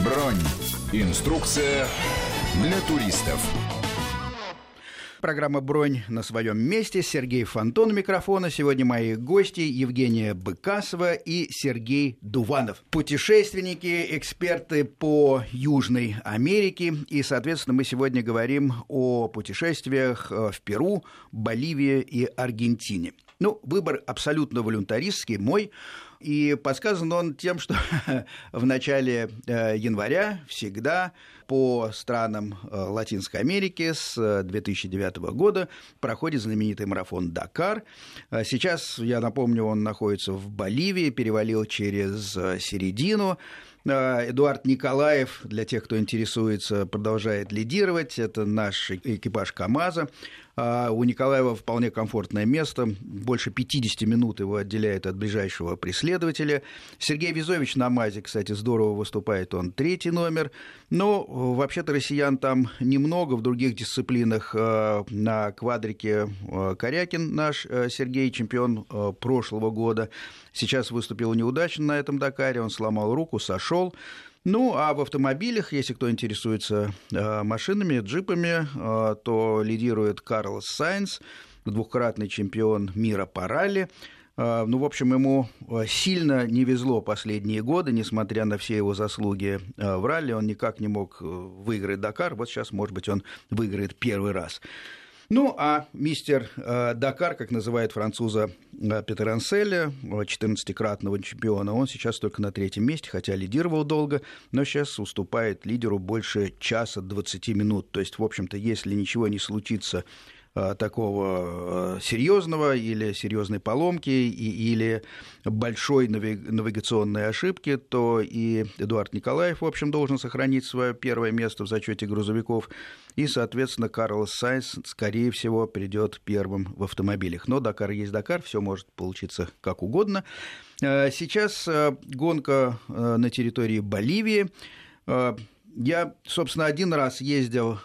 Бронь. Инструкция для туристов. Программа «Бронь» на своем месте. Сергей Фонтон у микрофона. Сегодня мои гости Евгения Быкасова и Сергей Дуванов. Путешественники, эксперты по Южной Америке. И, соответственно, мы сегодня говорим о путешествиях в Перу, Боливии и Аргентине. Выбор абсолютно волюнтаристский, мой. И подсказан он тем, что в начале января всегда по странам Латинской Америки с 2009 года проходит знаменитый марафон «Дакар». Сейчас, я напомню, он находится в Боливии, перевалил через середину. Эдуард Николаев, для тех, кто интересуется, продолжает лидировать. Это наш экипаж КАМАЗа. У Николаева вполне комфортное место. Больше 50 минут его отделяет от ближайшего преследователя. Сергей Визович на МАЗе, кстати, здорово выступает. Он 3-й номер. Но вообще-то россиян там немного. В других дисциплинах на квадрике Корякин, наш Сергей, чемпион прошлого года, сейчас выступил неудачно на этом Дакаре. Он сломал руку, сошел. А в автомобилях, если кто интересуется машинами, джипами, то лидирует Карлос Сайнс, двукратный чемпион мира по ралли. В общем, ему сильно не везло последние годы, несмотря на все его заслуги в ралли. Он никак не мог выиграть Дакар. Вот сейчас, может быть, он выиграет первый раз. А мистер Дакар, как называют француза Петер Анселя, 14-кратного чемпиона, он сейчас только на 3-м месте, хотя лидировал долго, но сейчас уступает лидеру больше часа 20 минут. То есть, в общем-то, если ничего не случится такого серьезного или серьезной поломки или большой навигационной ошибки, то и Эдуард Николаев, в общем, должен сохранить свое первое место в зачете грузовиков, и, соответственно, Карлос Сайнс, скорее всего, придет первым в автомобилях. Но Дакар есть Дакар, все может получиться как угодно. Сейчас гонка на территории Боливии. Я, собственно, один раз ездил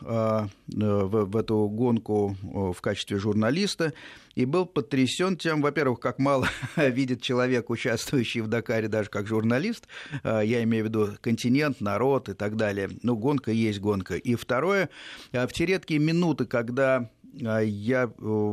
в эту гонку в качестве журналиста и был потрясен тем, во-первых, как мало видит человек, участвующий в Дакаре, даже как журналист. Я имею в виду континент, народ и так далее. Гонка есть гонка. И второе, в те редкие минуты, когда я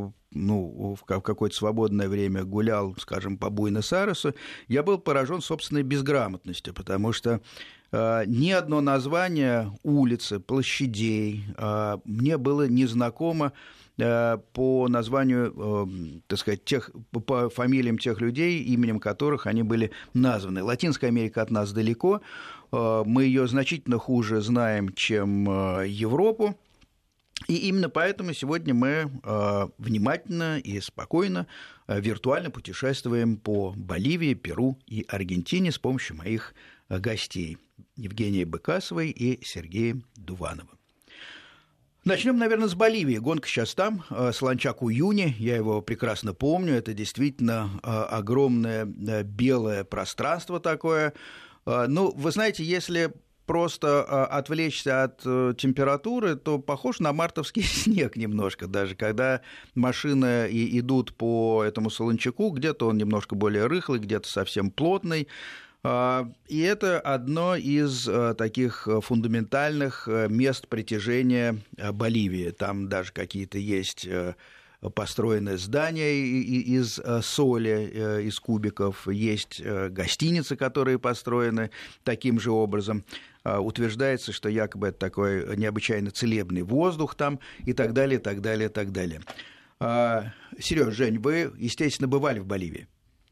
в какое-то свободное время гулял, скажем, по Буэнос-Айресу, я был поражен собственной безграмотностью, потому что ни одно название улицы, площадей мне было незнакомо по названию, так сказать, по фамилиям тех людей, именем которых они были названы. Латинская Америка от нас далеко, мы ее значительно хуже знаем, чем Европу. И именно поэтому сегодня мы внимательно и спокойно виртуально путешествуем по Боливии, Перу и Аргентине с помощью моих гостей Евгения Быкасовой и Сергея Дуванова. Начнем, наверное, с Боливии. Гонка сейчас там, Солончак-Уюни, я его прекрасно помню, это действительно огромное белое пространство такое. Вы знаете, если просто отвлечься от температуры, то похож на мартовский снег немножко, даже когда машины идут по этому солончаку, где-то он немножко более рыхлый, где-то совсем плотный. И это одно из таких фундаментальных мест притяжения Боливии. Там даже какие-то есть построены здания из соли, из кубиков, есть гостиницы, которые построены таким же образом. Утверждается, что якобы это такой необычайно целебный воздух там и так далее, так далее, так далее. Серёж, Жень, вы, естественно, бывали в Боливии?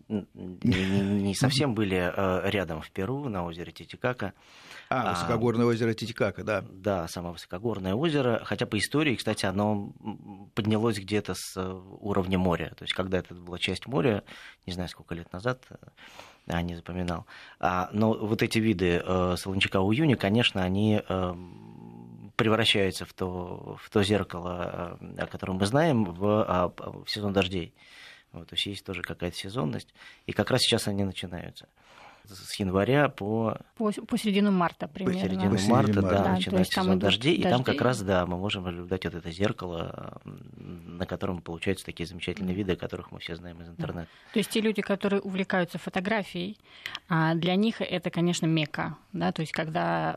Не совсем были рядом в Перу, на озере Титикака. Высокогорное озеро Титикака, да. Да, самое высокогорное озеро, хотя по истории, кстати, оно поднялось где-то с уровня моря. То есть, когда это была часть моря, не знаю, сколько лет назад, не запоминал. Но вот эти виды Солончака-Уюни, конечно, они превращаются в то зеркало, о котором мы знаем, в сезон дождей. То есть есть тоже какая-то сезонность, и как раз сейчас они начинаются. с января по середину марта примерно. По середину марта, да, начинается сезон дождей, и там как раз, да, мы можем наблюдать вот это зеркало, на котором получаются такие замечательные виды, о которых мы все знаем из интернета. То есть те люди, которые увлекаются фотографией, для них это, конечно, мекка, да, то есть когда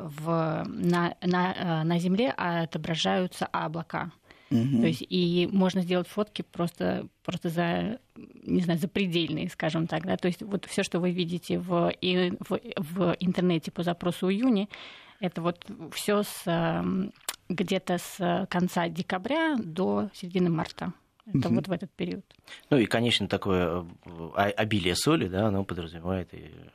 на Земле отображаются облака. То есть и можно сделать фотки просто за, не знаю, запредельные, скажем так, да. То есть вот все, что вы видите в интернете по запросу июня, это вот все где-то с конца декабря до середины марта. Это вот в этот период. Ну и, конечно, такое обилие соли, да, оно подразумевает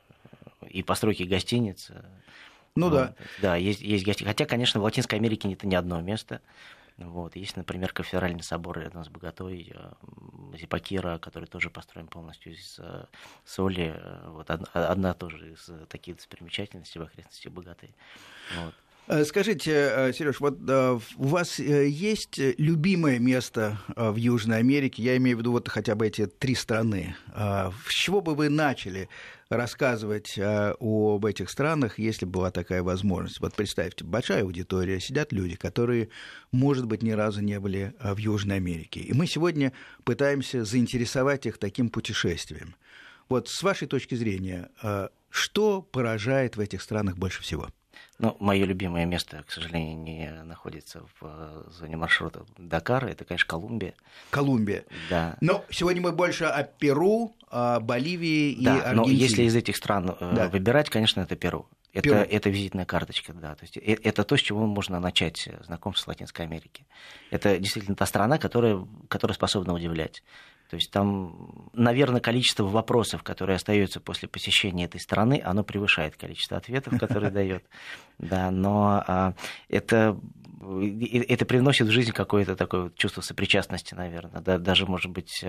и постройки гостиниц. Ну да. Да, есть гостиницы. Хотя, конечно, в Латинской Америке это не одно место. Вот. Есть, например, кафедральный собор рядом с Боготой, Зипакира, который тоже построен полностью из соли. Вот. Одна тоже из таких достопримечательностей в окрестностях Боготы. Вот. Скажите, Сереж, вот у вас есть любимое место в Южной Америке? Я имею в виду вот хотя бы эти 3 страны. С чего бы вы начали рассказывать об этих странах, если бы была такая возможность? Вот представьте, большая аудитория, сидят люди, которые, может быть, ни разу не были в Южной Америке. И мы сегодня пытаемся заинтересовать их таким путешествием. Вот с вашей точки зрения, что поражает в этих странах больше всего? Ну, мое любимое место, к сожалению, не находится в зоне маршрута Дакара. Это, конечно, Колумбия. Колумбия. Да. Но сегодня мы больше о Перу, о Боливии и Аргентине. Но если из этих стран выбирать, конечно, это Перу. Это визитная карточка, да. То есть это то, с чего можно начать знакомство с Латинской Америки. Это действительно та страна, которая способна удивлять. То есть там, наверное, количество вопросов, которые остаются после посещения этой страны, оно превышает количество ответов, которые дает. Да, но это привносит в жизнь какое-то такое чувство сопричастности, наверное, да, даже, может быть,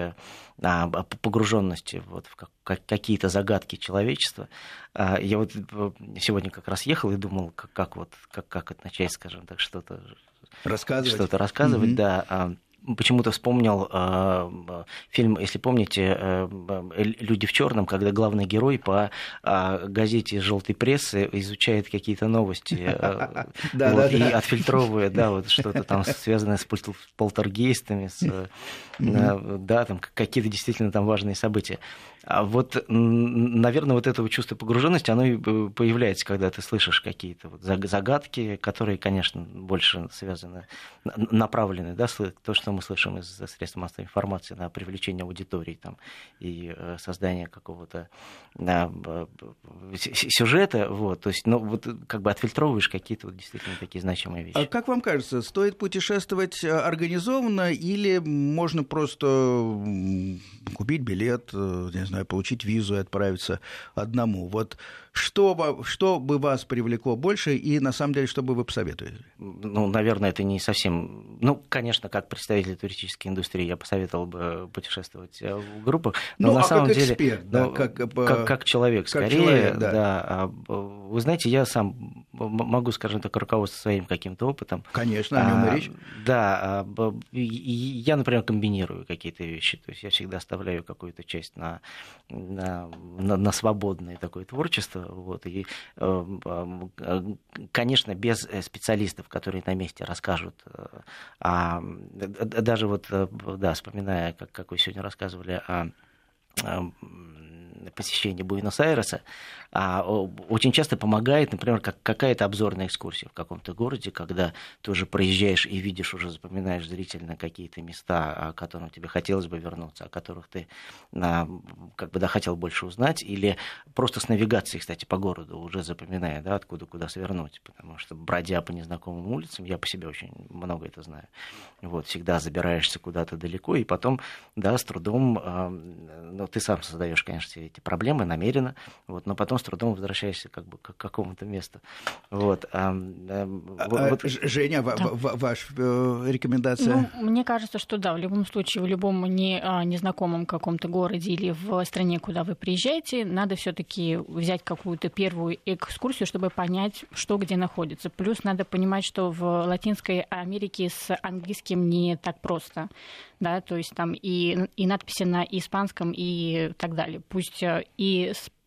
погруженности вот в какие-то загадки человечества. Я вот сегодня как раз ехал и думал, как это начать, скажем так, что-то рассказывать, да. Почему-то вспомнил фильм, если помните, «Люди в черном», когда главный герой по газете желтой прессы изучает какие-то новости и отфильтровывает, вот что-то там связанное с полтергейстами, там какие-то действительно там важные события. А вот, наверное, вот это чувство погруженности, оно и появляется, когда ты слышишь какие-то загадки, которые, конечно, больше связаны, направлены, да, то, что мы слышим из средств массовой информации, на привлечение аудитории там, и создание какого-то сюжета, вот, то есть, ну, вот как бы отфильтровываешь какие-то вот действительно такие значимые вещи. А как вам кажется, стоит путешествовать организованно или можно просто купить билет, не знаю, получить визу и отправиться одному? Вот что бы вас привлекло больше и, на самом деле, что бы вы посоветовали? Ну, наверное, это не совсем... Ну, конечно, как представитель туристической индустрии я посоветовал бы путешествовать в группах, но на самом деле... Эксперт, да, как человек, скорее. Человек, да. Вы знаете, я сам могу, скажем так, руководствоваться своим каким-то опытом. Конечно, о нем и речь. Да, я, например, комбинирую какие-то вещи, то есть я всегда оставляю какую-то часть на свободное такое творчество. Вот, и, конечно, без специалистов, которые на месте расскажут, даже вот, да, вспоминая, как вы сегодня рассказывали о посещении Буэнос-Айреса, очень часто помогает, например, какая-то обзорная экскурсия в каком-то городе, когда ты уже проезжаешь и видишь, уже запоминаешь зрительно какие-то места, о которых тебе хотелось бы вернуться, о которых ты как бы, да, хотел больше узнать, или просто с навигацией, кстати, по городу, уже запоминая, да, откуда куда свернуть, потому что, бродя по незнакомым улицам, я по себе очень много это знаю, вот, всегда забираешься куда-то далеко, и потом, да, с трудом, ну, ты сам создаешь, конечно, все эти проблемы намеренно, вот, но потом с трудом возвращаешься как бы к какому-то месту. Вот. Женя, ваша рекомендация? Ну, мне кажется, что да, в любом случае, в любом незнакомом каком-то городе или в стране, куда вы приезжаете, надо все-таки взять какую-то первую экскурсию, чтобы понять, что где находится. Плюс надо понимать, что в Латинской Америке с английским не так просто. Да, то есть там и надписи на испанском и так далее. Пусть и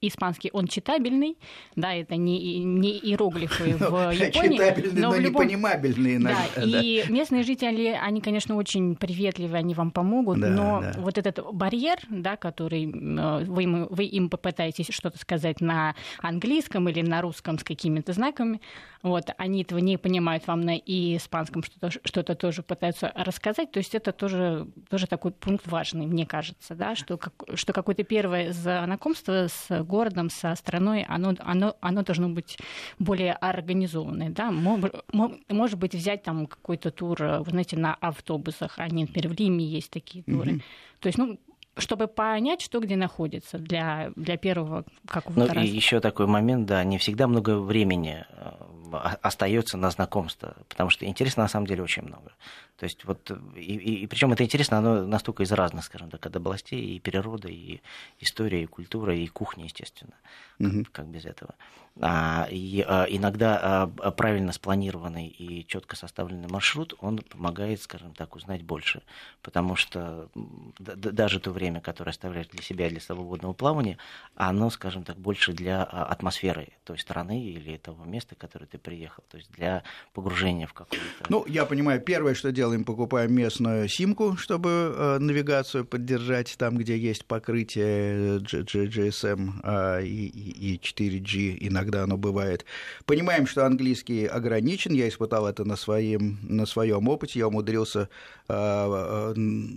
испанский, он читабельный, да, это не иероглифы в Японии. Читабельный, но непонимабельный иногда. Да, и местные жители, они, конечно, очень приветливы, они вам помогут, но вот этот барьер, да, который вы им попытаетесь что-то сказать на английском или на русском с какими-то знаками, вот, они этого не понимают, вам на испанском что-то тоже пытаются рассказать, то есть это тоже такой пункт важный, мне кажется, да, что какое-то первое знакомство с городом, со страной, оно должно быть более организованное, да, может быть, взять там какой-то тур, вы знаете, на автобусах, например, в Лиме есть такие туры, то есть, чтобы понять, что где находится для первого какого-то раза. И еще такой момент, да, не всегда много времени остается на знакомство, потому что интересно на самом деле очень много. То есть вот, и причем это интересно, оно настолько из разных, скажем так, от областей, и природа, и история, и культура, и кухня, естественно, как без этого. И иногда правильно спланированный и четко составленный маршрут, он помогает, скажем так, узнать больше, потому что даже то время, которое оставляешь для себя, для свободного плавания, оно, скажем так, больше для атмосферы той страны или того места, в которое ты приехал, то есть для погружения в какую-то... Я понимаю, первое, что делаем, покупаем местную симку, чтобы навигацию поддержать там, где есть покрытие GSM и 4G, иногда оно бывает. Понимаем, что английский ограничен, я испытал это на своем опыте, я умудрился в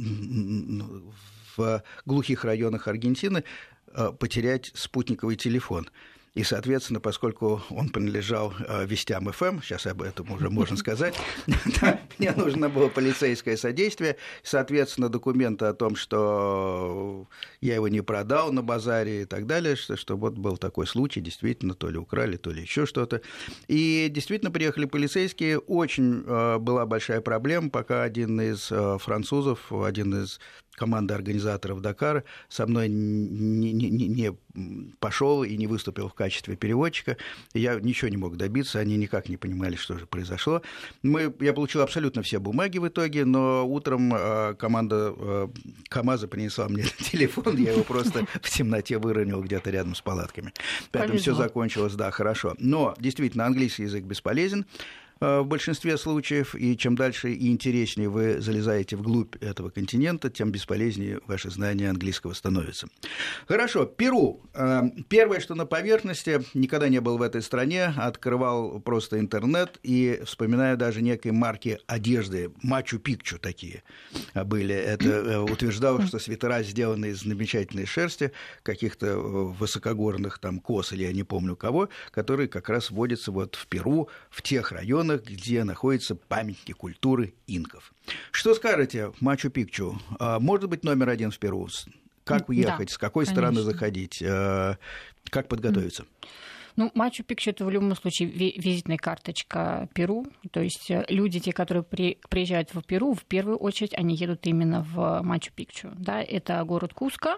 глухих районах Аргентины потерять спутниковый телефон. И, соответственно, поскольку он принадлежал Вестям ФМ, сейчас об этом уже можно сказать, мне нужно было полицейское содействие, соответственно, документы о том, что я его не продал на базаре и так далее, что вот был такой случай, действительно, то ли украли, то ли еще что-то. И действительно приехали полицейские, очень была большая проблема, пока один из французов, один из команды организаторов Дакара со мной не пошел и не выступил в качестве переводчика. Я ничего не мог добиться, они никак не понимали, что же произошло. Я получил абсолютно все бумаги в итоге, но утром команда КамАЗа принесла мне телефон, я его просто в темноте выронил где-то рядом с палатками. Поэтому все закончилось, да, хорошо. Но действительно английский язык бесполезен в большинстве случаев, и чем дальше и интереснее вы залезаете вглубь этого континента, тем бесполезнее ваши знания английского становятся. Хорошо, Перу. Первое, что на поверхности, никогда не был в этой стране, открывал просто интернет и вспоминаю даже некие марки одежды, Мачу-Пикчу такие были. Это утверждал, что свитера сделаны из замечательной шерсти, каких-то высокогорных там коз, или я не помню кого, которые как раз водятся вот в Перу, в тех районах, где находятся памятники культуры инков. Что скажете, Мачу-Пикчу? Может быть номер один в Перу? Как уехать? Да, с какой стороны заходить? Как подготовиться? Мачу-Пикчу – это в любом случае визитная карточка Перу. То есть люди, те, которые приезжают в Перу, в первую очередь они едут именно в Мачу-Пикчу. Да? Это город Куско.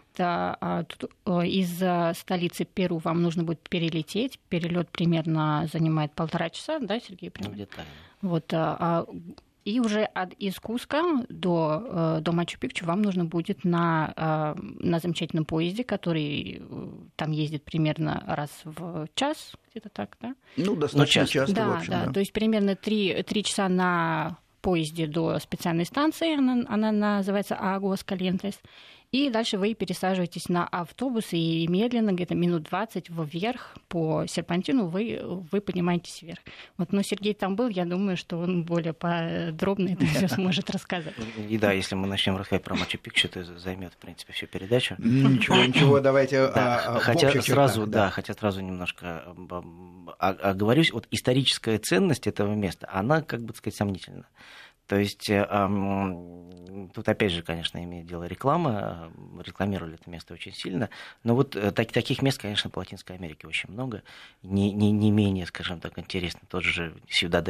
Из столицы Перу вам нужно будет перелететь. Перелет примерно занимает 1,5 часа, да, Сергей? Где-то. Вот, и уже из Куско до Мачу-Пикчу вам нужно будет на замечательном поезде, который там ездит примерно раз в час, где-то так, да? Достаточно часто, да, в общем, да. То есть примерно 3 часа на поезде до специальной станции, она называется Агуаскалиентес. И дальше вы пересаживаетесь на автобус, и медленно, где-то минут 20 вверх по серпантину вы поднимаетесь вверх. Но Сергей там был, я думаю, что он более подробно это все сможет рассказать. И да, если мы начнем рассказывать про Мачу-Пикчу, это займет, в принципе, всю передачу. Ничего, давайте хотя сразу немножко оговорюсь, вот историческая ценность этого места, она, как бы сказать, сомнительна. То есть тут опять же, конечно, имеет дело реклама, рекламировали это место очень сильно, но вот таких мест, конечно, по Латинской Америке очень много, не менее, скажем так, интересно, тот же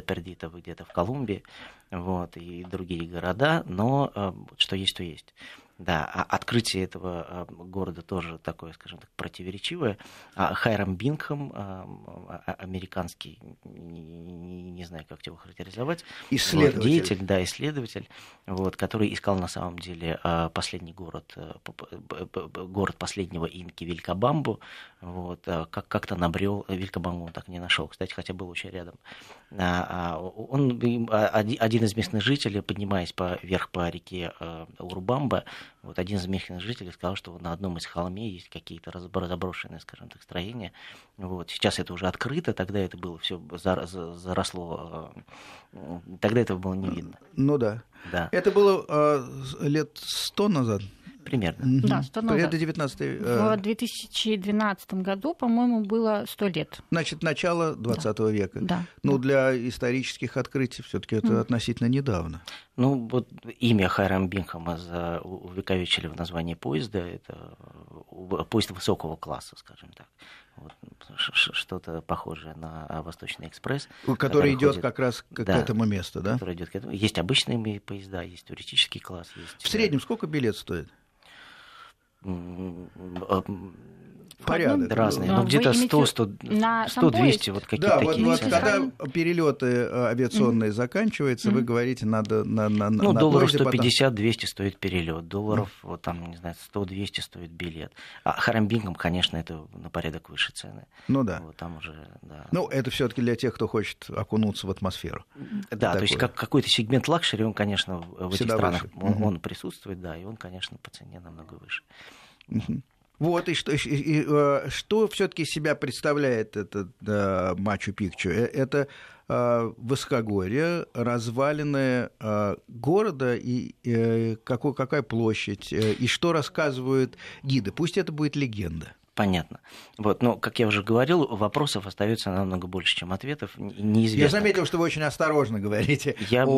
Сьюдад-де-Пердито где-то в Колумбии, вот, и другие города, но что есть, то есть. Да, открытие этого города тоже такое, скажем так, противоречивое. Хайрам Бингхэм, американский, не знаю, как его характеризовать, деятель, да, исследователь, вот, который искал на самом деле последний город последнего инки Вилькабамбу, вот, как-то набрел, Вилькабамбу он так не нашел, кстати, хотя был очень рядом. Он, один из местных жителей, поднимаясь вверх по реке Урубамба, вот один из местных жителей сказал, что на одном из холмей есть какие-то заброшенные, скажем так, строения. Вот. Сейчас это уже открыто, тогда это было все заросло, тогда этого было не видно. Ну да. Это было лет 100 назад? Примерно. Да, 100 назад. Это 19 В 2012 году, по-моему, было 100 лет. Значит, начало 20 века. Да. Ну, для исторических открытий все-таки это относительно недавно. Ну, вот имя Хайрам Бингхэма увековечили в названии поезда. Это поезд высокого класса, скажем так. Вот, что-то похожее на Восточный экспресс. Который идет как раз к этому месту, да? Который идет к этому. Есть обычные поезда, есть туристический класс. В среднем сколько билет стоит? Порядок. Разные. Ну, где-то 100-200, вот какие-то да, такие. Вот когда перелеты авиационные заканчиваются, вы говорите, надо на долларов 150-200 стоит перелет, долларов, вот там, не знаю, 100-200 стоит билет. А Хайрам Бингхэм, конечно, это на порядок выше цены. Ну да. Вот там уже, да. Ну, это все-таки для тех, кто хочет окунуться в атмосферу. Да, то есть какой-то сегмент лакшери, он, конечно, в этих странах он присутствует, да, и он, конечно, по цене намного выше. Вот, и что все-таки себя представляет этот Мачу-Пикчу? Это высокогорье, развалины города, и какая площадь, и что рассказывают гиды? Пусть это будет легенда. Понятно. Вот, но, как я уже говорил, вопросов остается намного больше, чем ответов. Неизвестно. Я заметил, что вы очень осторожно говорите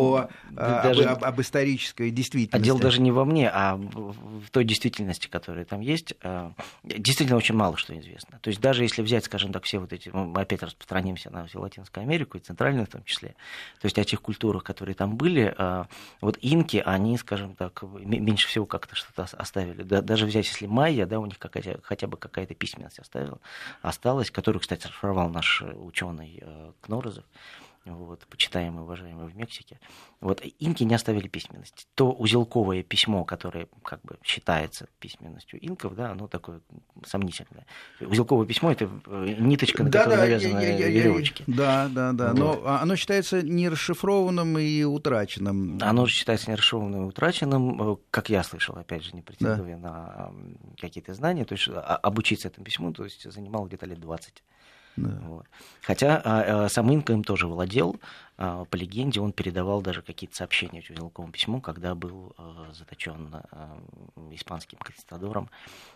об исторической действительности. Дело даже не во мне, а в той действительности, которая там есть. Действительно, очень мало что известно. То есть даже если взять, скажем так, все вот эти, мы опять распространимся на всю Латинскую Америку, и Центральную в том числе, то есть о тех культурах, которые там были, вот инки, они, скажем так, меньше всего как-то что-то оставили. Даже взять, если майя, да, у них хотя бы какая-то письменность осталась, которую, кстати, расшифровал наш ученый Кнорозов, вот, почитаемый, уважаемый в Мексике. Вот, инки не оставили письменность. То узелковое письмо, которое как бы считается письменностью инков, да, оно такое сомнительное. Узелковое письмо — это ниточка, на которой навязаны веревочки. Да. Вот. Но оно считается нерасшифрованным и утраченным. Оно считается нерасшифрованным и утраченным, как я слышал, опять же, не претендуя на какие-то знания. То есть обучиться этому письму, то есть занимало где-то лет 20. Да. Вот. Хотя сам инка им тоже владел, по легенде он передавал даже какие-то сообщения в узелковом письму, когда был заточен испанским конкистадором,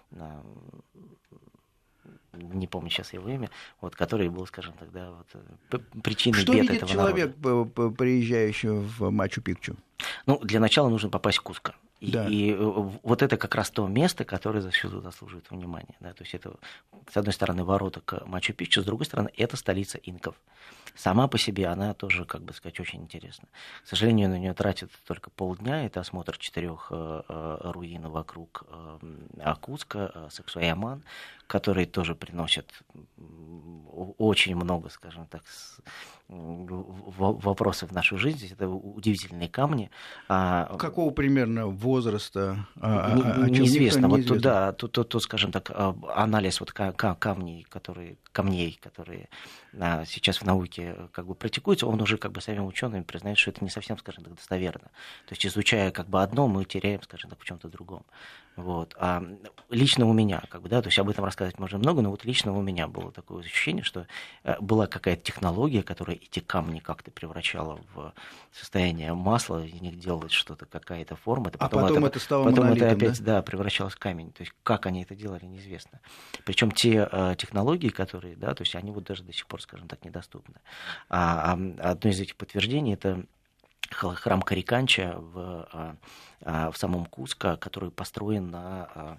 не помню сейчас его имя, вот, который был, скажем так, да, вот, причиной бед этого народа. Что видит человек, приезжающий в Мачу-Пикчу? Ну, для начала нужно попасть в Куско. И вот это как раз то место, которое всюду заслуживает внимания. Да? То есть это, с одной стороны, ворота к Мачу-Пикчу, с другой стороны, это столица инков. Сама по себе она тоже, как бы сказать, очень интересна. К сожалению, на нее тратят только полдня. Это осмотр 4 руин вокруг Куска, Саксуайаман, которые тоже приносят очень много, скажем так, вопросов в нашу жизнь. Это удивительные камни. Какого примерно возраста? Неизвестно. Вот туда, тут, скажем так, анализ вот камней, которые сейчас в науке как бы практикуются, он уже как бы самим учеными признает, что это не совсем, скажем так, достоверно. То есть, изучая как бы одно, мы теряем, скажем так, в чем-то другом. Вот. А лично у меня, как бы, да, то есть об этом рассказывать можно много, но вот лично у меня было такое ощущение, что была какая-то технология, которая эти камни как-то превращала в состояние масла, из них делалось что-то, какая-то форма. Потом это стало монолитом, это опять, да, превращалось в камень. То есть как они это делали, неизвестно. Причем те технологии, которые, да, то есть они вот даже до сих пор, скажем так, недоступны. А одно из этих подтверждений — это храм Кариканча в самом Куско, который построен на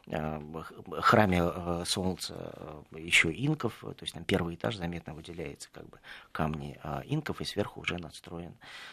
храме Солнца еще инков, то есть там первый этаж заметно выделяется как бы камни инков, и сверху уже надстроен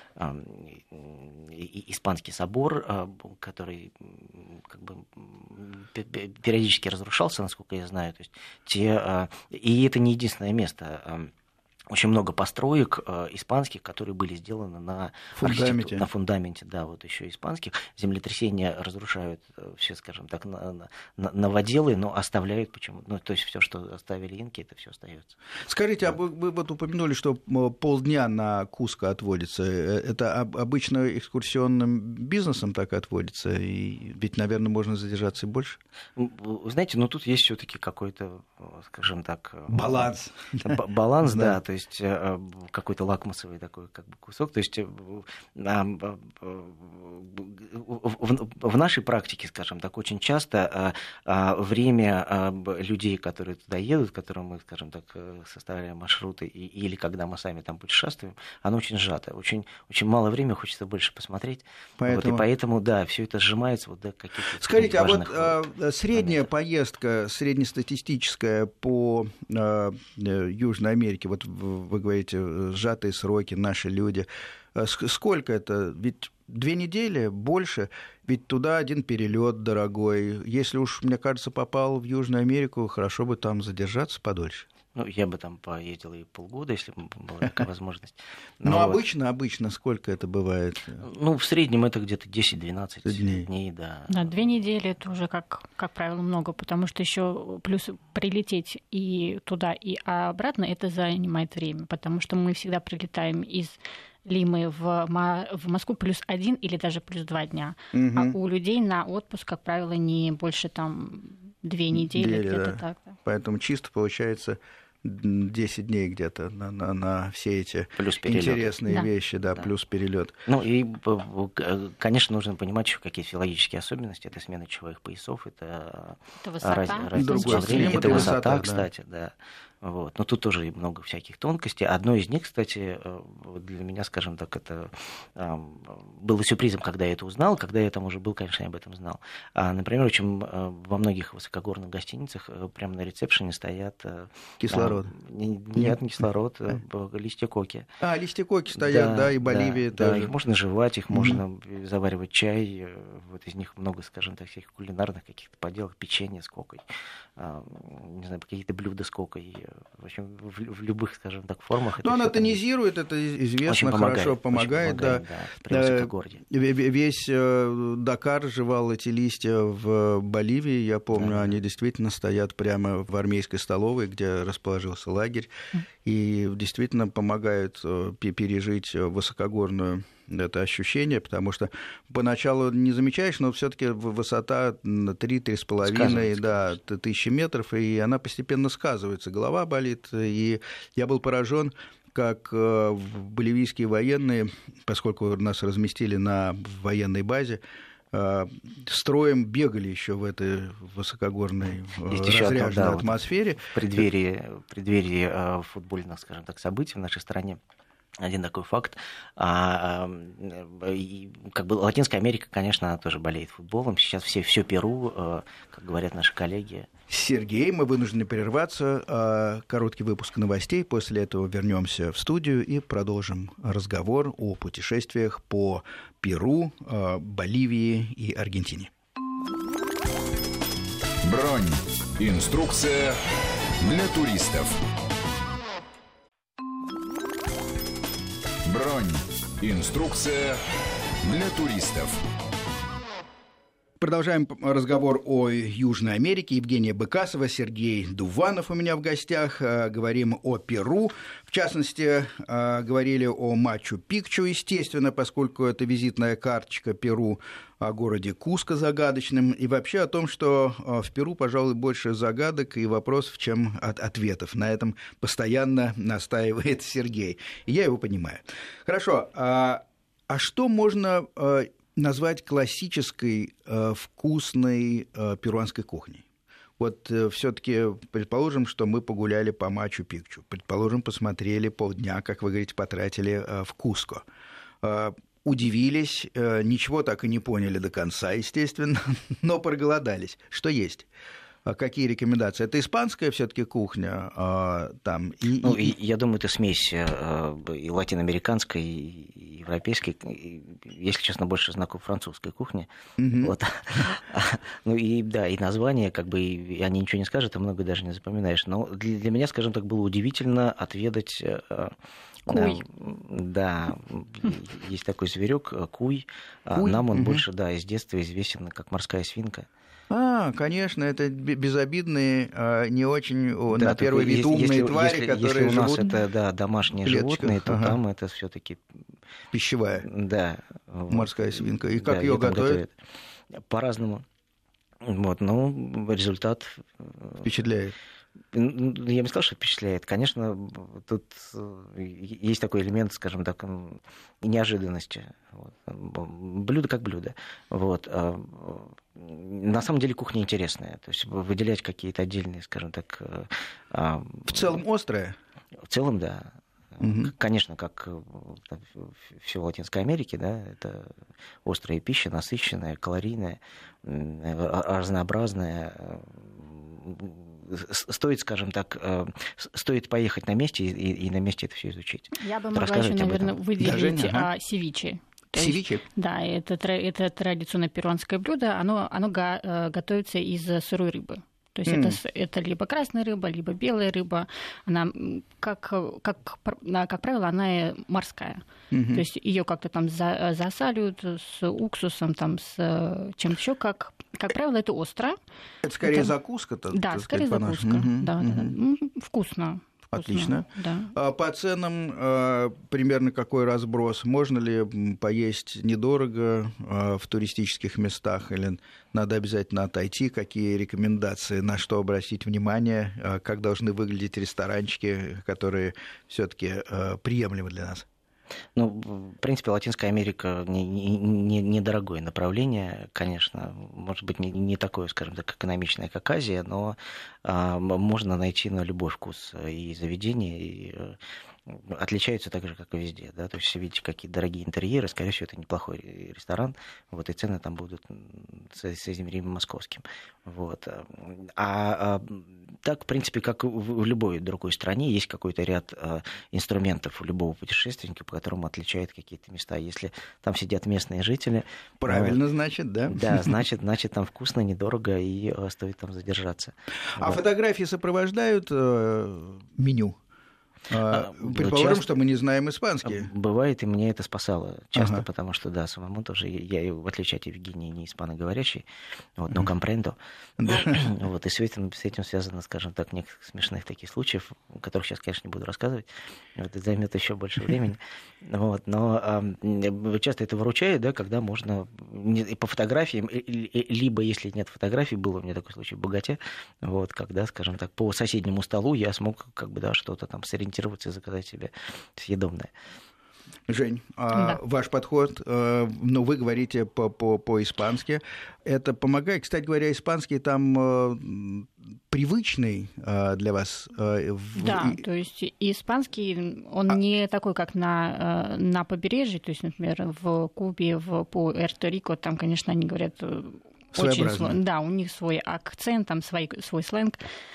испанский собор, который как бы периодически разрушался, насколько я знаю. То есть и это не единственное место. Очень много построек испанских, которые были сделаны на фундаменте, да, вот еще испанских. Землетрясения разрушают все, скажем так, новоделы, но оставляют почему? Ну, то есть все, что оставили инки, это все остается. Скажите, а вы вот упомянули, что полдня на Куско отводится. Это обычно экскурсионным бизнесом так отводится? И ведь, наверное, можно задержаться и больше? Вы знаете, ну тут есть все-таки какой-то, скажем так... Баланс. Баланс, да, то есть какой-то лакмусовый такой как бы кусок. То есть в нашей практике, скажем так, очень часто время людей, которые туда едут, которым мы, скажем так, составляем маршруты, или когда мы сами там путешествуем, оно очень сжато. Очень, очень мало времени, хочется больше посмотреть. Вот, и поэтому, да, все это сжимается вот до каких-то... Скажите, а вот средняя поездка, среднестатистическая по Южной Америке, вот вы говорите, сжатые сроки, наши люди, сколько это? Ведь 2 недели, больше, ведь туда один перелет дорогой. Если уж, мне кажется, попал в Южную Америку, хорошо бы там задержаться подольше. Ну, я бы там поездил и полгода, если бы была такая возможность. Но обычно сколько это бывает? Ну, в среднем это где-то 10-12 дней, да. Да, 2 недели это уже, как правило, много, потому что еще плюс прилететь и туда, и обратно, это занимает время, потому что мы всегда прилетаем из Лимы в Москву +1 или даже +2 дня. Угу. А у людей на отпуск, как правило, не больше там 2 недели, где-то так. Да. Поэтому чисто получается 10 дней где-то на все эти интересные вещи, да, плюс перелет. Ну и, конечно, нужно понимать еще какие физиологические особенности. Это смена часовых поясов, это разница времени, это высота, кстати, да. Вот. Но тут тоже много всяких тонкостей. Одно из них, кстати, для меня, скажем так, это было сюрпризом, когда я это узнал. Когда я там уже был, конечно, я об этом знал. Например, во многих высокогорных гостиницах прямо на ресепшене стоят... Кислород? Нет, не кислород, листья коки. Листья коки стоят, да, и Боливии тоже. Да, их можно жевать, их можно заваривать чай. Вот из них много, скажем так, всяких кулинарных каких-то поделок, печенье с кокой, не знаю, какие-то блюда с кокой. В общем, в любых, скажем так, формах. Но она тонизирует, это известно, хорошо помогает, да. При высокогорье. Весь Дакар жевал эти листья в Боливии, я помню, они действительно стоят прямо в армейской столовой, где расположился лагерь, и действительно помогают пережить высокогорную это ощущение, потому что поначалу не замечаешь, но все-таки высота 3-3,5 тысячи метров, и она постепенно сказывается. Голова болит, и я был поражен, как боливийские военные, поскольку нас разместили на военной базе, строем бегали еще в этой высокогорной разряженной атмосфере. В преддверии футбольных, скажем так, событий в нашей стране. Один такой факт. Как бы Латинская Америка, конечно, она тоже болеет футболом. Сейчас все Перу, как говорят наши коллеги. Сергей, мы вынуждены прерваться. Короткий выпуск новостей. После этого вернемся в студию и продолжим разговор о путешествиях по Перу, Боливии и Аргентине. Бронь. Инструкция для туристов. Бронь. Инструкция для туристов. Продолжаем разговор о Южной Америке. Евгения Быкасова, Сергей Дуванов у меня в гостях. Говорим о Перу. В частности, говорили о Мачу-Пикчу, естественно, поскольку это визитная карточка Перу, о городе Куско загадочным, и вообще о том, что в Перу, пожалуй, больше загадок и вопросов, чем ответов. На этом постоянно настаивает Сергей. И я его понимаю. Хорошо. А что можно назвать классической вкусной перуанской кухней? Вот все-таки предположим, что мы погуляли по Мачу-Пикчу, предположим, посмотрели полдня, как вы говорите, потратили в Куско. удивились, ничего так и не поняли до конца, естественно, но проголодались. Что есть? Какие рекомендации? Это испанская все-таки кухня там? Я думаю, это смесь и латиноамериканской, и европейской. Если честно, больше знаком французской кухни. Вот. И название, и они ничего не скажут, а много даже не запоминаешь. Но для меня, скажем так, было удивительно отведать... Куй. Да, есть такой зверек, куй. Нам он больше, из детства известен как морская свинка. Конечно, это безобидные, не очень, на первый вид, умные твари, которые живут... Если у нас это домашние животные, то там это все-таки пищевая морская свинка. И как ее готовят? По-разному. Результат... Впечатляет. Я бы сказал, что впечатляет. Конечно, тут есть такой элемент, скажем так, неожиданности. Блюдо как блюдо. На самом деле кухня интересная. То есть выделять какие-то отдельные, скажем так... В целом острая? В целом, да. Конечно, как все в Латинской Америке, это острая пища, насыщенная, калорийная, разнообразная. Стоит, скажем так, поехать на месте и на месте это все изучить. Я бы могла еще, наверное, выделить севиче. Севиче? Да, это традиционное перуанское блюдо. Оно готовится из сырой рыбы. То есть это либо красная рыба, либо белая рыба. Она, как правило, она морская. То есть ее как-то там засаливают с уксусом, там, с чем-то еще. Как правило, это остро. Это скорее закуска-то? Да, скорее закуска. Да. Вкусно. Отлично. Да. По ценам примерно какой разброс? Можно ли поесть недорого в туристических местах? Или надо обязательно отойти? Какие рекомендации? На что обратить внимание? Как должны выглядеть ресторанчики, которые все-таки приемлемы для нас? В принципе, Латинская Америка недорогое направление, конечно. Может быть, не такое, скажем так, экономичное, как Азия, но можно найти на любой вкус и заведения, и отличаются так же, как и везде. Да? То есть, видите, какие дорогие интерьеры, скорее всего, это неплохой ресторан, и цены там будут соизмеримы московским. Так, в принципе, как в любой другой стране, есть какой-то ряд инструментов у любого путешественника, по которому отличают какие-то места. Если там сидят местные жители... Правильно, значит, да? Да, значит, там вкусно, недорого, и стоит там задержаться. А фотографии сопровождают меню? Предположим, что мы не знаем испанский. Бывает, и мне это спасало часто, потому что, самому тоже, я, в отличие от Евгении, не испаноговорящий, но компрендо. И с этим связано, скажем так, некоторых смешных таких случаев, о которых сейчас, конечно, не буду рассказывать, это займет еще больше времени. Но часто это выручает, когда можно по фотографиям, либо, если нет фотографий, был у меня такой случай в Боготе, когда, скажем так, по соседнему столу я смог что-то там сориентироваться и заказать себе съедобное. Жень, ваш подход, вы говорите по-испански, это помогает, кстати говоря, испанский там привычный для вас? Да, то есть испанский, он не такой, как на побережье, то есть, например, в Кубе, в Пуэрто-Рико, там, конечно, они говорят очень... Да, у них свой акцент, там свой сленг.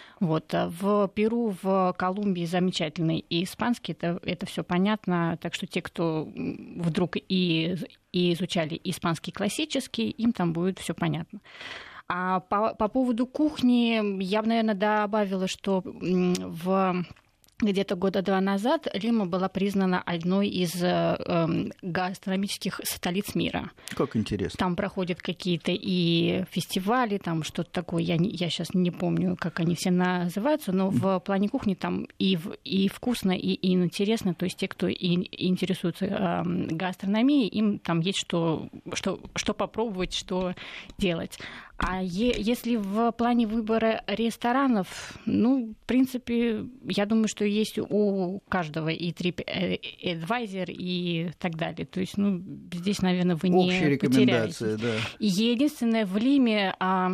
В Перу, в Колумбии замечательный и испанский, это все понятно. Так что те, кто вдруг и изучали испанский классический, им там будет все понятно. А по поводу кухни я бы, наверное, добавила, что где-то года 2 назад Лима была признана одной из гастрономических столиц мира. Как интересно. Там проходят какие-то и фестивали, там что-то такое, я сейчас не помню, как они все называются, но в плане кухни там и вкусно, и интересно. То есть те, кто интересуется гастрономией, им там есть что попробовать, что делать. А если в плане выбора ресторанов, в принципе, я думаю, что есть у каждого и TripAdvisor и так далее. То есть, здесь, наверное, вы не общие рекомендации, да. Единственное, в Лиме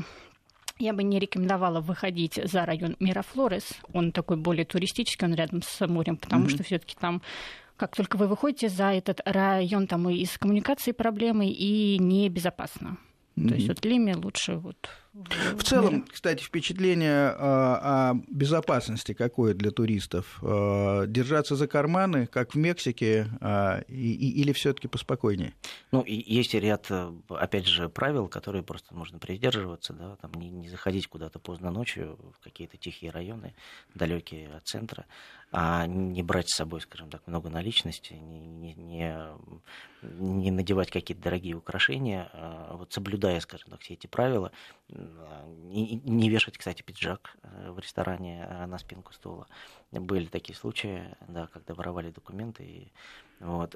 я бы не рекомендовала выходить за район Мирафлорес. Он такой более туристический, он рядом с морем, потому что все-таки там Как только вы выходите за этот район, там и с коммуникацией проблемы, и небезопасно. То есть вот Лиме лучше вот... В целом, кстати, впечатление о безопасности какое для туристов? Держаться за карманы, как в Мексике, или все-таки поспокойнее? Ну, и есть ряд, опять же, правил, которые просто нужно придерживаться, да, там не заходить куда-то поздно ночью в какие-то тихие районы, далекие от центра, а не брать с собой, скажем так, много наличности, не надевать какие-то дорогие украшения, вот соблюдая, скажем так, все эти правила, не вешать, кстати, пиджак в ресторане на спинку стула. Были такие случаи, да, когда воровали документы. И, вот.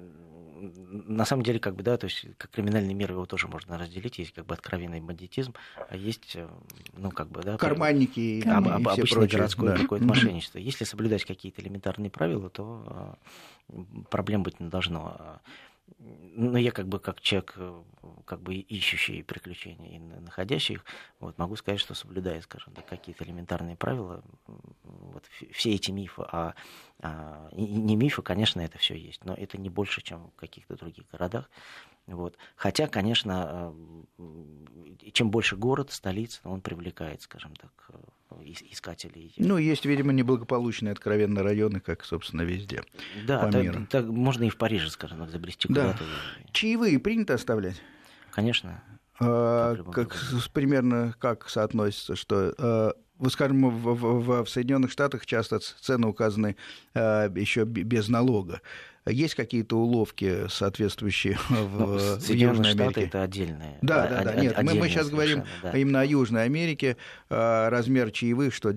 На самом деле, как бы, да, то есть как криминальный мир его тоже можно разделить. Есть как бы откровенный бандитизм, а есть, ну, как бы, да, карманники и все обычное прочее, городское да. какое-то мошенничество. Если соблюдать какие-то элементарные правила, то проблем быть не должно. Но я как бы как человек, как бы ищущий приключения и находящий их, вот, могу сказать, что соблюдая, скажем так, какие-то элементарные правила, вот, все эти мифы, не мифы, конечно, это все есть, но это не больше, чем в каких-то других городах. Вот. Хотя, конечно, чем больше город, столица, он привлекает, скажем так, искателей. Ну, есть, видимо, неблагополучные откровенные районы, как, собственно, везде да, по миру. Так можно и в Париже, скажем так, забрести куда-то. Чаевые принято оставлять? Конечно. Примерно как соотносится, что... Вот, скажем, в Соединенных Штатах часто цены указаны еще без налога. Есть какие-то уловки, соответствующие в Южной Америке? Это отдельное. Да. Нет, мы сейчас говорим именно о Южной Америке. Размер чаевых, что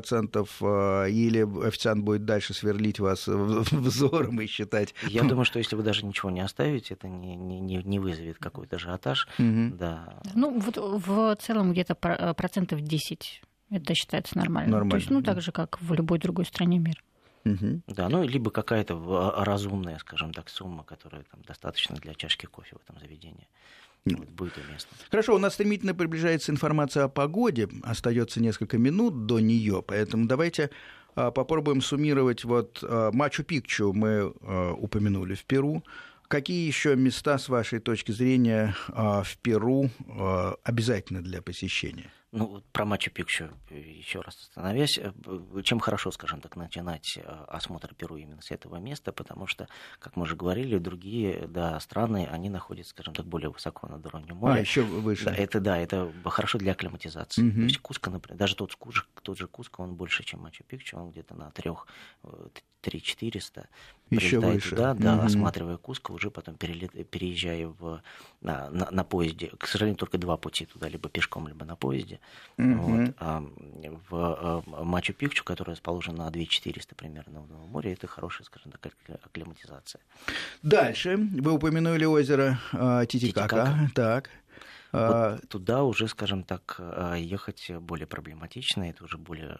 10% или официант будет дальше сверлить вас взором и считать. Я думаю, что если вы даже ничего не оставите, это не вызовет какой-то ажиотаж. Да. Ну, вот в целом где-то 10%. Это считается нормально. То есть, ну, так же, как в любой другой стране мира. Да, ну, либо какая-то разумная, скажем так, сумма, которая там достаточно для чашки кофе в этом заведении. Вот, будет уместно. Хорошо, у нас стремительно приближается информация о погоде. Остается несколько минут до нее, поэтому давайте попробуем суммировать. Вот Мачу-Пикчу мы упомянули в Перу. Какие еще места, с вашей точки зрения, в Перу обязательны для посещения? Ну, про Мачу-Пикчу еще раз остановясь. Чем хорошо, скажем так, начинать осмотр Перу именно с этого места, потому что, как мы уже говорили, другие страны, они находятся, скажем так, более высоко над уровнем моря. Еще выше. Это хорошо для акклиматизации. То есть Куско, например, даже тот же Куско, он больше, чем Мачу-Пикчу, он где-то на 3-400. Еще выше. Туда, осматривая Куско, уже потом переезжая на поезде. К сожалению, только два пути туда, либо пешком, либо на поезде. Вот. В Мачу-Пикчу, который расположен на 2400 примерно в Новом море, это хорошая, скажем так, акклиматизация. Дальше вы упомянули озеро Титикака. Так. Вот туда уже, скажем так, ехать более проблематично, это уже более...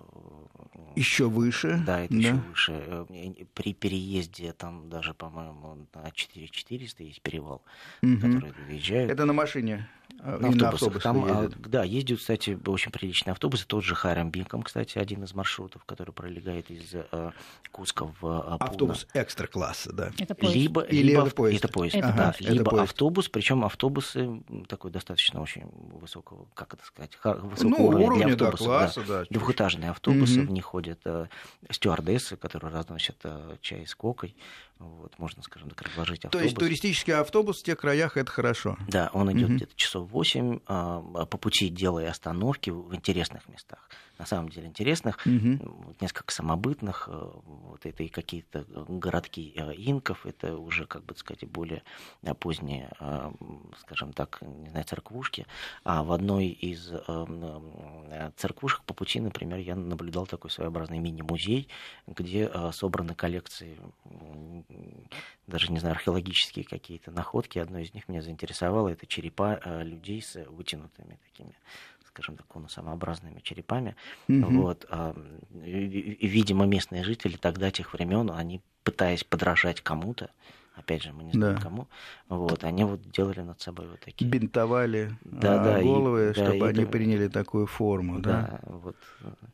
Еще выше? Да, это еще выше. При переезде там даже, по-моему, на 4400 есть перевал, который выезжает. Это на машине? На автобусах. Там, да, ездят, кстати, очень приличные автобусы. Тот же Хайрамбинком, кстати, один из маршрутов, который пролегает из Куско в Пуна. Автобус экстра-класса, да. Это поезд. Либо поезд. Это поезд. Либо автобус, причем автобусы такой достаточно очень высокого, как это сказать, высокого уровня для автобуса. Класса, да. Двухэтажные автобусы, в них ходят стюардессы, которые разносят чай с кокой. Вот, можно, скажем так, разложить автобус. То есть туристический автобус в тех краях — это хорошо? Да, он идет где-то часов 8, по пути делая остановки в интересных местах. На самом деле интересных, несколько самобытных. Вот это и какие-то городки инков, это уже, как бы сказать, более поздние, скажем так, не знаю, церквушки. А в одной из церквушек по пути, например, я наблюдал такой своеобразный мини-музей, где собраны коллекции, даже, не знаю, археологические какие-то находки. Одно из них меня заинтересовало, это черепа людей с вытянутыми такими, скажем так, конусообразными черепами. Вот. Видимо, местные жители тогда, тех времен, они, пытаясь подражать кому-то, опять же, мы не знаем кому, вот, они вот делали над собой вот такие... Бинтовали головы, чтобы они приняли такую форму. Да, вот.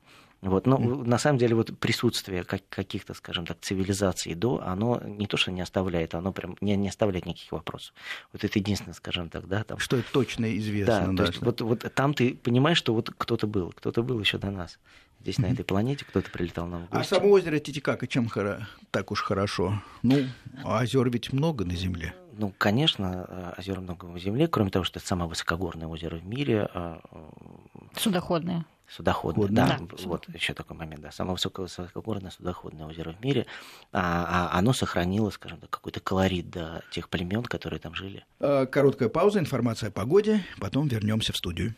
Вот, но на самом деле вот присутствие каких-то, скажем так, цивилизаций до, оно не то, что не оставляет, оно прям не оставляет никаких вопросов. Вот это единственное, скажем так, да. Там... Что это точно известно. Да, то есть вот там ты понимаешь, что вот кто-то был еще до нас. Здесь, на этой планете, кто-то прилетал нам в гости. А само озеро Титикака чем так уж хорошо? Ну, озер ведь много на Земле. Ну, конечно, озер много на Земле, кроме того, что это самое высокогорное озеро в мире. Судоходное. Судоходное, да. Вот еще такой момент, да. Самое высокогорное судоходное озеро в мире. Оно сохранило, скажем так, какой-то колорит до тех племен, которые там жили. Короткая пауза, информация о погоде, потом вернемся в студию.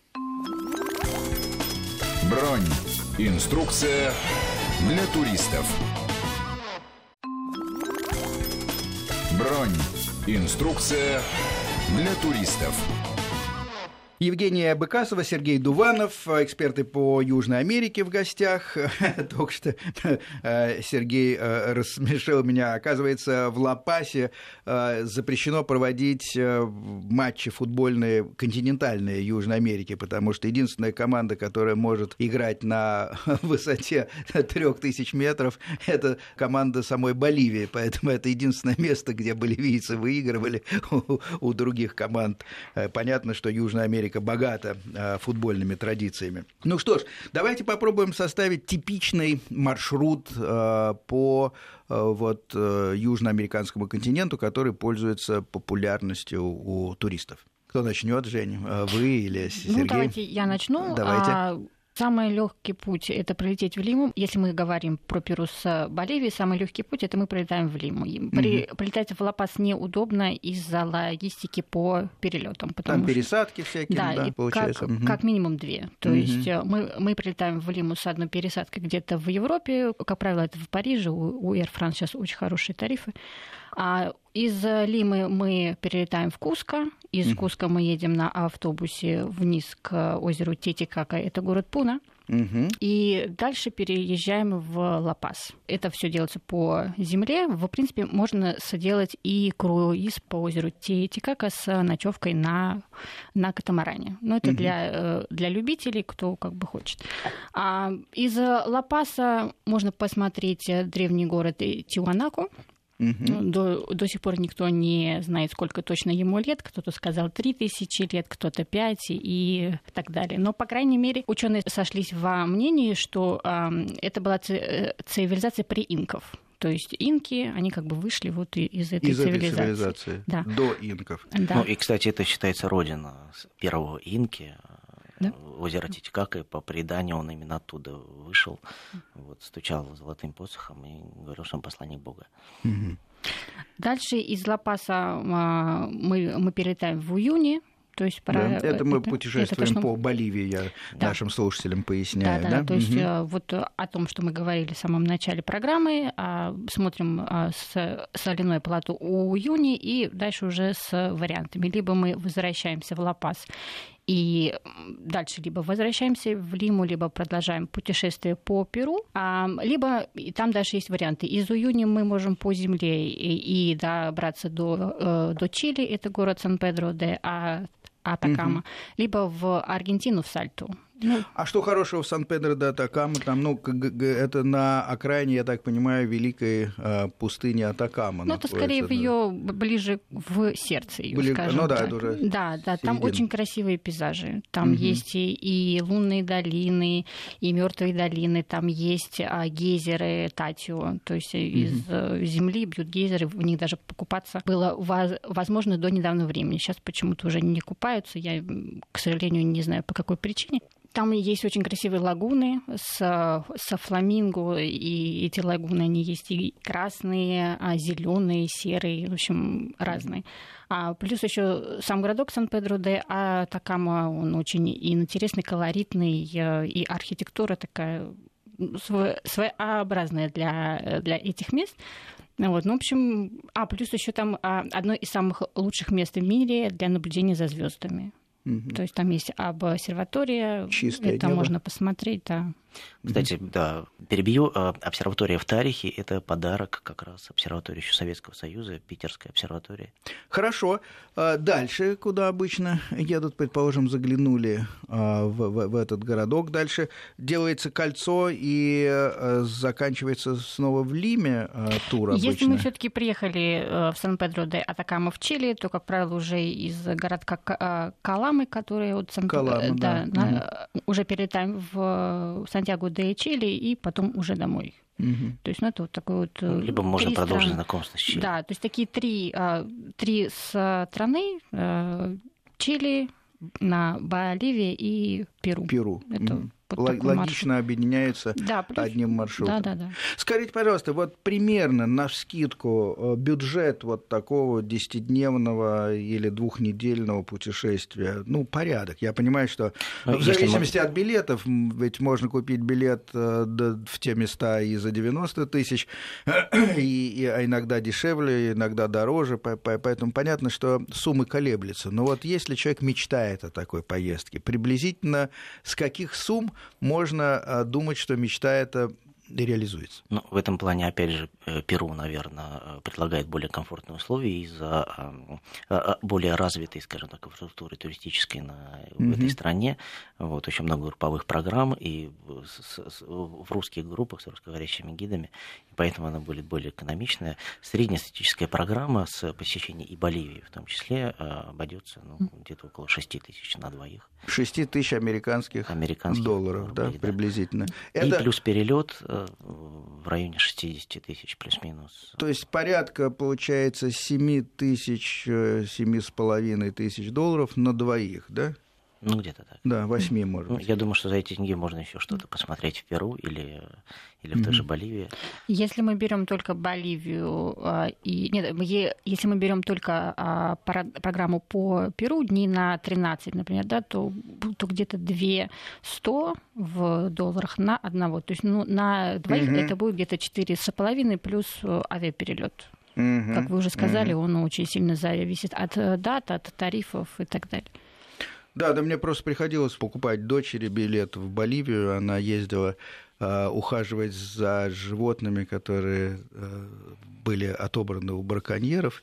Бронь. Инструкция для туристов. Бронь. Инструкция для туристов. Евгения Быкасова, Сергей Дуванов, эксперты по Южной Америке в гостях. Только что Сергей рассмешил меня. Оказывается, в Ла-Пасе запрещено проводить матчи футбольные континентальные Южной Америки, потому что единственная команда, которая может играть на высоте 3000 метров, это команда самой Боливии. Поэтому это единственное место, где боливийцы выигрывали у других команд. Понятно, что Южная Америка богата футбольными традициями. Ну что ж, давайте попробуем составить типичный маршрут по южноамериканскому континенту, который пользуется популярностью у туристов. Кто начнет, Жень? Вы или Сергей? Ну, давайте я начну. Давайте. Самый легкий путь – это прилететь в Лиму. Если мы говорим про Перу с Боливии, самый легкий путь – это мы прилетаем в Лиму. Прилетать в Ла-Пас неудобно из-за логистики по перелетам. Там пересадки всякие, да, получается. Как минимум 2. То есть мы прилетаем в Лиму с одной пересадкой где-то в Европе. Как правило, это в Париже. У Air France сейчас очень хорошие тарифы. А из Лимы мы перелетаем в Куско. Из Куско мы едем на автобусе вниз к озеру Титикака, это город Пуна. И дальше переезжаем в Ла-Пас. Это все делается по земле. В принципе, можно сделать и круиз по озеру Титикака с ночевкой на катамаране. Но это для любителей, кто как бы хочет. Из Ла-Паса можно посмотреть древний город Тиуанаку. До сих пор никто не знает, сколько точно ему лет. Кто-то сказал 3000 лет, кто-то 5 и так далее. Но, по крайней мере, ученые сошлись во мнении, что это была цивилизация преинков. То есть инки, они как бы вышли вот из этой цивилизации. Да. До инков. Да. Ну и, кстати, это считается родина первого инки. Да? Озеро Титикака, и по преданию он именно оттуда вышел, стучал золотым посохом и говорил, что он посланник Бога. Дальше из Ла-Паса мы перелетаем в Уюни. То есть это мы путешествуем по Боливии, я нашим слушателям поясняю. Да? То есть вот о том, что мы говорили в самом начале программы, смотрим соляное плато Уюни и дальше уже с вариантами. Либо мы возвращаемся в Ла-Пас и дальше либо возвращаемся в Лиму, либо продолжаем путешествие по Перу, либо там дальше есть варианты. Из Уюни мы можем по земле и добраться до Чили, это город Сан-Педро-де-Атакама, либо в Аргентину, в Сальту. А что хорошего в Сан-Педро-де-Атакама? Там, это на окраине, я так понимаю, великой пустыни Атакама. Это скорее в ее ближе в сердце ее, скажем так. Это уже да, там очень красивые пейзажи. Там есть и лунные долины, и мертвые долины, там есть гейзеры Татио, то есть из земли бьют гейзеры, в них даже покупаться было возможно до недавнего времени. Сейчас почему-то уже не купаются, я, к сожалению, не знаю, по какой причине. Там есть очень красивые лагуны со фламинго, и эти лагуны, они есть и красные, зеленые, серые, в общем, разные. Плюс еще сам городок Сан-Педро-де-Атакама, он очень интересный, колоритный, и архитектура такая своеобразная для этих мест. В общем, плюс еще там одно из самых лучших мест в мире для наблюдения за звездами. То есть там есть обсерватория, Чистое это небо. можно посмотреть, да. Кстати, да, перебью. Обсерватория в Тарихе – это подарок как раз обсерватории еще Советского Союза, Питерская обсерватория. Хорошо. Дальше, куда обычно едут, предположим, заглянули в этот городок, дальше делается кольцо и заканчивается снова в Лиме тур обычно. Если мы все-таки приехали в Сан-Педро-де-Атакама в Чили, то, как правило, уже из городка Каламы, который от Каламы, да. уже перелетаем в Сантьяго-де-Чили и потом уже домой. То есть, это вот такой вот... Либо можно продолжить знакомство с Чили. Да, то есть такие три страны: Чили, Боливия и Перу. Это вот логично объединяется одним маршрутом. Да. Скажите, пожалуйста, вот примерно навскидку бюджет вот такого 10-дневного или 2-недельного путешествия, порядок. Я понимаю, что в зависимости от билетов, ведь можно купить билет в те места и за 90 тысяч, а иногда дешевле, иногда дороже, поэтому понятно, что суммы колеблются. Но вот если человек мечтает о такой поездке, приблизительно с каких сумм можно думать, что мечта эта реализуется? В этом плане, опять же, Перу, наверное, предлагает более комфортные условия из-за более развитой, скажем так, инфраструктуры туристической в этой стране. Очень много групповых программ и в русских группах с русскоговорящими гидами, и поэтому она будет более экономичная. Среднестатистическая программа с посещением и Боливии в том числе обойдется где-то около 6 тысяч на двоих. 6 тысяч американских долларов, да, приблизительно. И плюс перелет в районе 60 тысяч плюс-минус. То есть порядка, получается, 7 тысяч, 7,5 тысяч долларов на двоих, да? Где-то так. Да, 8, может быть. Я думаю, что за эти деньги можно еще что-то посмотреть в Перу или в той же Боливии. Если мы берем только Боливию, если мы берем только программу по Перу дней на 13, например, да, то где-то 200 в долларах на одного. То есть на двоих это будет где-то 4,5 плюс авиаперелет. Как вы уже сказали, он очень сильно зависит от дат, от тарифов и так далее. Да, мне просто приходилось покупать дочери билет в Боливию. Она ездила ухаживать за животными, которые были отобраны у браконьеров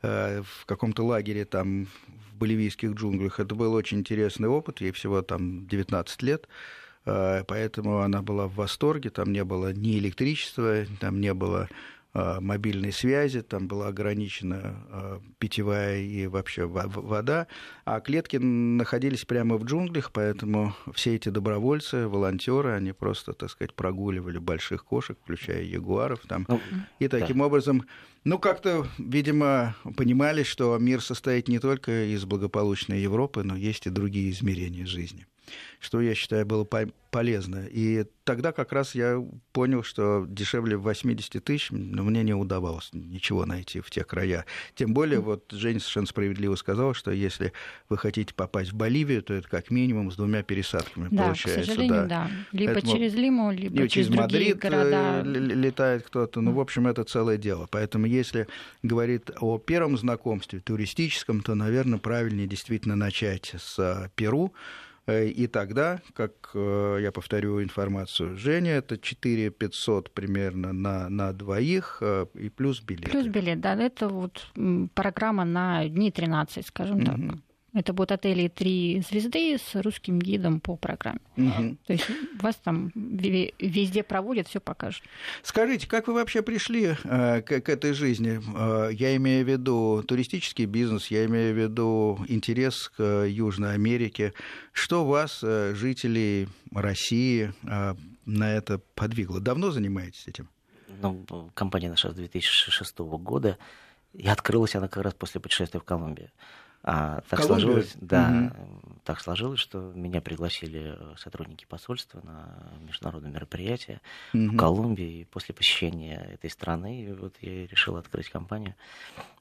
в каком-то лагере там в боливийских джунглях. Это был очень интересный опыт, ей всего там 19 лет, поэтому она была в восторге. Там не было ни электричества, там не было мобильной связи, там была ограничена питьевая и вообще вода, а клетки находились прямо в джунглях, поэтому все эти добровольцы, волонтеры, они просто, так сказать, прогуливали больших кошек, включая ягуаров там, и таким образом, как-то, видимо, понимали, что мир состоит не только из благополучной Европы, но есть и другие измерения жизни, что, я считаю, было полезно. И тогда как раз я понял, что дешевле 80 тысяч мне не удавалось ничего найти в те края. Тем более, Женя совершенно справедливо сказала, что если вы хотите попасть в Боливию, то это как минимум с 2 пересадками получается. К сожалению, да. Либо через Лиму, либо через другие Мадрид города. Летает кто-то. В общем, это целое дело. Поэтому, если говорить о первом знакомстве туристическом, то, наверное, правильнее действительно начать с Перу. И тогда, как я повторю информацию Жени, это 4 500 примерно на двоих и плюс билет. Плюс билет, да. Это программа на дни 13, скажем так. Это будут отели 3 звезды с русским гидом по программе. То есть вас там везде проводят, все покажут. Скажите, как вы вообще пришли к этой жизни? Я имею в виду туристический бизнес, я имею в виду интерес к Южной Америке. Что вас, жителей России, на это подвигло? Давно занимаетесь этим? Компания наша с 2006 года, и открылась она как раз после путешествия в Колумбию. Так сложилось, что меня пригласили сотрудники посольства на международное мероприятие в Колумбии. И после посещения этой страны я решил открыть компанию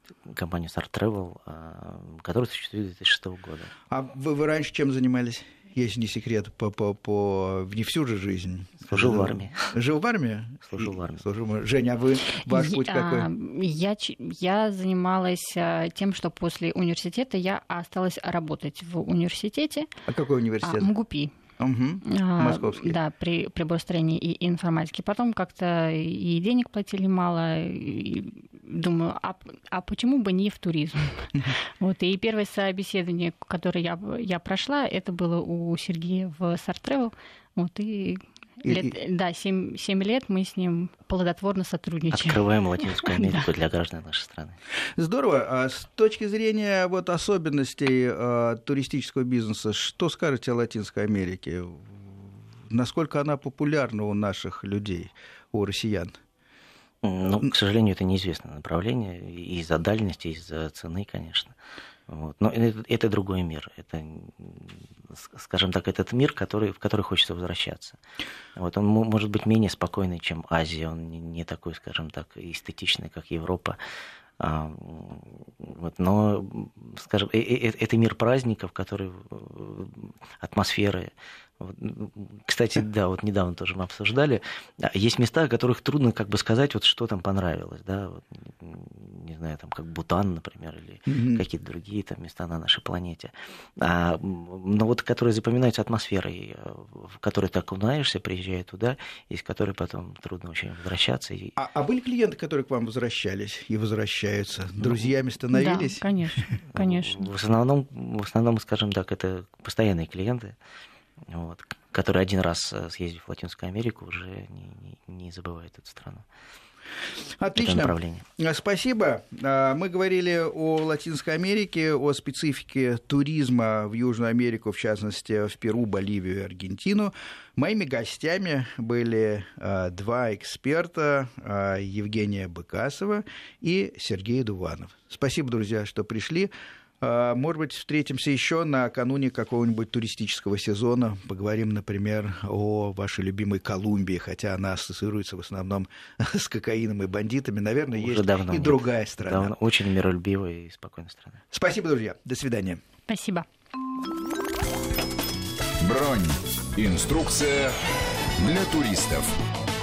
Star Travel, которая существует с 2006 года. А вы раньше чем занимались? если не секрет, не всю же жизнь? Служил в армии. Жил в армии? Служил в армии. Женя, а вы, ваш путь какой? Я занималась тем, что после университета я осталась работать в университете. А какой университет? МГУПИ. Московский. Да, при приборостроении и информатике. Потом как-то и денег платили мало. И думаю, а почему бы не в туризм? Вот, и первое собеседование, которое я прошла, это было у Сергея в Сартревел. Вот, и 7 лет мы с ним плодотворно сотрудничаем. Открываем Латинскую Америку для граждан нашей страны. Здорово. А с точки зрения особенностей туристического бизнеса, что скажете о Латинской Америке? Насколько она популярна у наших людей, у россиян? К сожалению, это неизвестное направление из-за дальности, из-за цены, конечно. Вот. Но это другой мир. Это, скажем так, этот мир, в который хочется возвращаться. Вот. Он может быть менее спокойный, чем Азия. Он не такой, скажем так, эстетичный, как Европа. Вот. Но, скажем, это мир праздников, который атмосферы. Вот. Кстати, да, вот недавно тоже мы обсуждали. Есть места, о которых трудно как бы сказать, вот что там понравилось, да, вот, не знаю, там как Бутан, например, или какие-то другие там места на нашей планете. Но вот которые запоминаются атмосферой, в которой ты окунаешься, приезжая туда, из которой потом трудно очень возвращаться. А были клиенты, которые к вам возвращались и возвращаются? Друзьями становились? Да, конечно. В основном, скажем так, это постоянные клиенты. Вот, которые один раз, съездив в Латинскую Америку, уже не забывают эту страну. Отлично. Спасибо. Мы говорили о Латинской Америке, о специфике туризма в Южную Америку, в частности, в Перу, Боливию и Аргентину. Моими гостями были два эксперта, Евгения Быкасова и Сергей Дуванов. Спасибо, друзья, что пришли. Может быть, встретимся еще накануне какого-нибудь туристического сезона. Поговорим, например, о вашей любимой Колумбии, хотя она ассоциируется в основном с кокаином и бандитами. Наверное, уже есть и другая страна. Давно очень миролюбивая и спокойная страна. Спасибо, друзья. До свидания. Спасибо. Бронь. Инструкция для туристов.